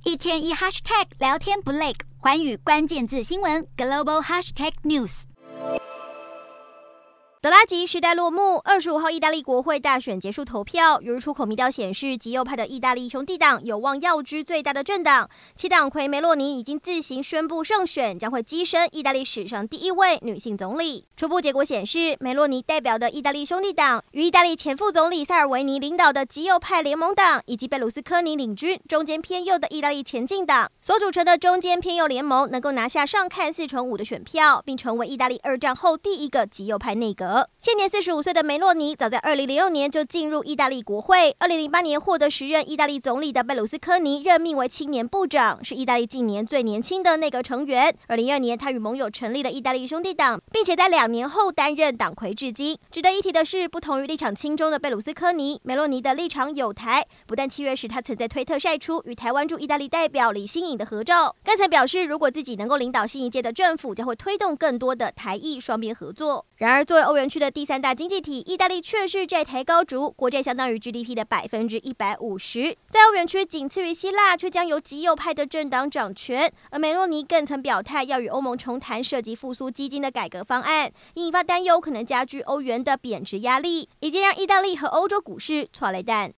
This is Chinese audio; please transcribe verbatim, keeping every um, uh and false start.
一天一 hashtag 聊天不累，寰宇关键字新闻 global hashtag news。 德拉吉时代落幕，二十五号意大利国会大选结束投票，有日出口民调显示，极右派的意大利兄弟党有望跃居最大的政党，其党魁梅洛尼已经自行宣布胜选，将会跻身意大利史上第一位女性总理。初步结果显示，梅洛尼代表的意大利兄弟党与意大利前副总理塞尔维尼领导的极右派联盟党，以及贝鲁斯科尼领军中间偏右的意大利前进党所组成的中间偏右联盟，能够拿下上看四成五的选票，并成为意大利二战后第一个极右派内阁。现年四十五岁的梅洛尼，早在二零零六年就进入意大利国会。二零零八年获得时任意大利总理的贝鲁斯科尼任命为青年部长，是意大利近年最年轻的内阁成员。二零一二年，他与盟友成立了意大利兄弟党，并且在两年后担任党魁至今。值得一提的是，不同于立场亲中的贝鲁斯科尼，梅洛尼的立场友台。不但七月时他曾在推特晒出与台湾驻意大利代表李新颖的合照，更曾表示，如果自己能够领导新一届的政府，将会推动更多的台意双边合作。然而，作为欧元区的第三大经济体，意大利却是债台高筑，国债相当于 G D P 的百分之一百五十，在欧元区仅次于希腊，却将由极右派的政党掌权。而梅洛尼更曾表态要与欧盟重谈涉及复苏基金的改革方案，引发担忧可能加剧欧元的贬值压力，以及让意大利和欧洲股市挫雷弹。